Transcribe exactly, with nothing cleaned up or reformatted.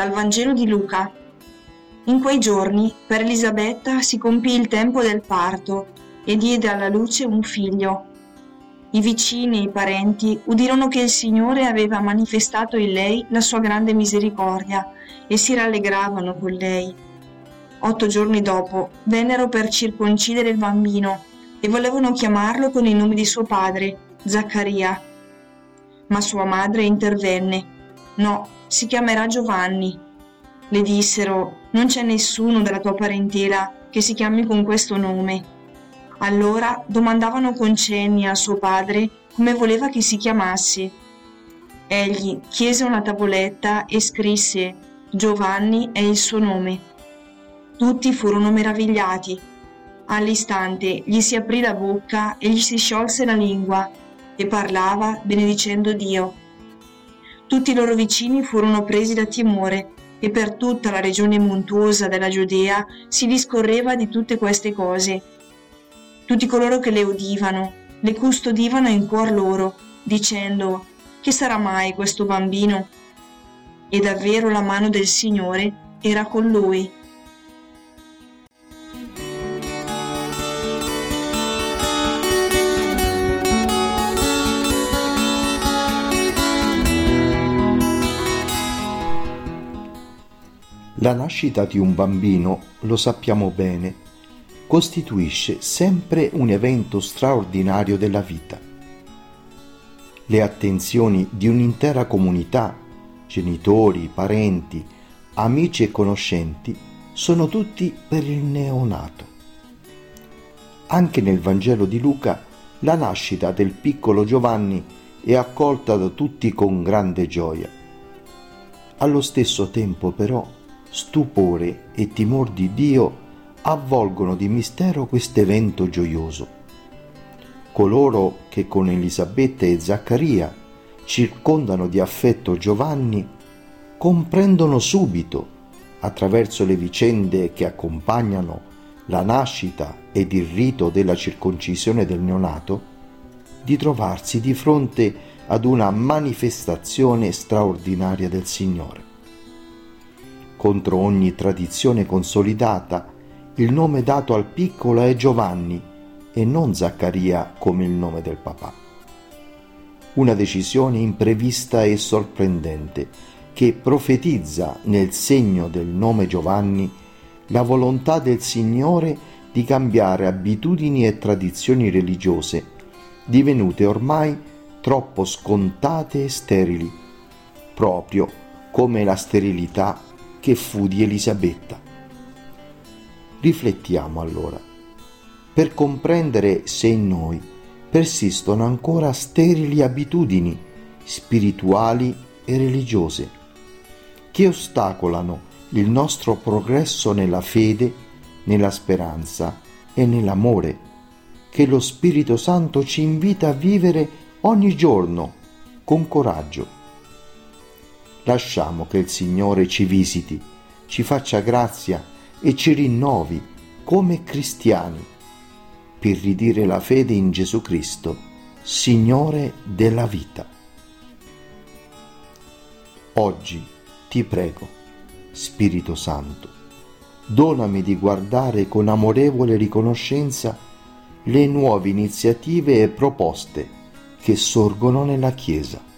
Dal Vangelo di Luca. In quei giorni per Elisabetta si compì il tempo del parto e diede alla luce un figlio. I vicini e i parenti udirono che il Signore aveva manifestato in lei la sua grande misericordia e si rallegravano con lei. Otto giorni dopo vennero per circoncidere il bambino e volevano chiamarlo con il nome di suo padre, Zaccaria. Ma sua madre intervenne: «No, si chiamerà Giovanni». Le dissero: «Non c'è nessuno della tua parentela che si chiami con questo nome». Allora domandavano con cenni a suo padre come voleva che si chiamasse. Egli chiese una tavoletta e scrisse: «Giovanni è il suo nome». Tutti furono meravigliati. All'istante gli si aprì la bocca e gli si sciolse la lingua e parlava benedicendo Dio. Tutti i loro vicini furono presi da timore e per tutta la regione montuosa della Giudea si discorreva di tutte queste cose. Tutti coloro che le udivano le custodivano in cuor loro, dicendo: «Che sarà mai questo bambino?» E davvero la mano del Signore era con lui. La nascita di un bambino, lo sappiamo bene, costituisce sempre un evento straordinario della vita. Le attenzioni di un'intera comunità, genitori, parenti, amici e conoscenti, sono tutti per il neonato. Anche nel Vangelo di Luca la nascita del piccolo Giovanni è accolta da tutti con grande gioia. Allo stesso tempo, però, stupore e timor di Dio avvolgono di mistero quest'evento gioioso. Coloro che con Elisabetta e Zaccaria circondano di affetto Giovanni comprendono subito, attraverso le vicende che accompagnano la nascita ed il rito della circoncisione del neonato, di trovarsi di fronte ad una manifestazione straordinaria del Signore. Contro ogni tradizione consolidata, il nome dato al piccolo è Giovanni e non Zaccaria come il nome del papà. Una decisione imprevista e sorprendente che profetizza nel segno del nome Giovanni la volontà del Signore di cambiare abitudini e tradizioni religiose divenute ormai troppo scontate e sterili, proprio come la sterilità che fu di Elisabetta. Riflettiamo allora, per comprendere se in noi persistono ancora sterili abitudini spirituali e religiose che ostacolano il nostro progresso nella fede, nella speranza e nell'amore che lo Spirito Santo ci invita a vivere ogni giorno con coraggio. Lasciamo che il Signore ci visiti, ci faccia grazia e ci rinnovi come cristiani per ridire la fede in Gesù Cristo, Signore della vita. Oggi ti prego, Spirito Santo, donami di guardare con amorevole riconoscenza le nuove iniziative e proposte che sorgono nella Chiesa.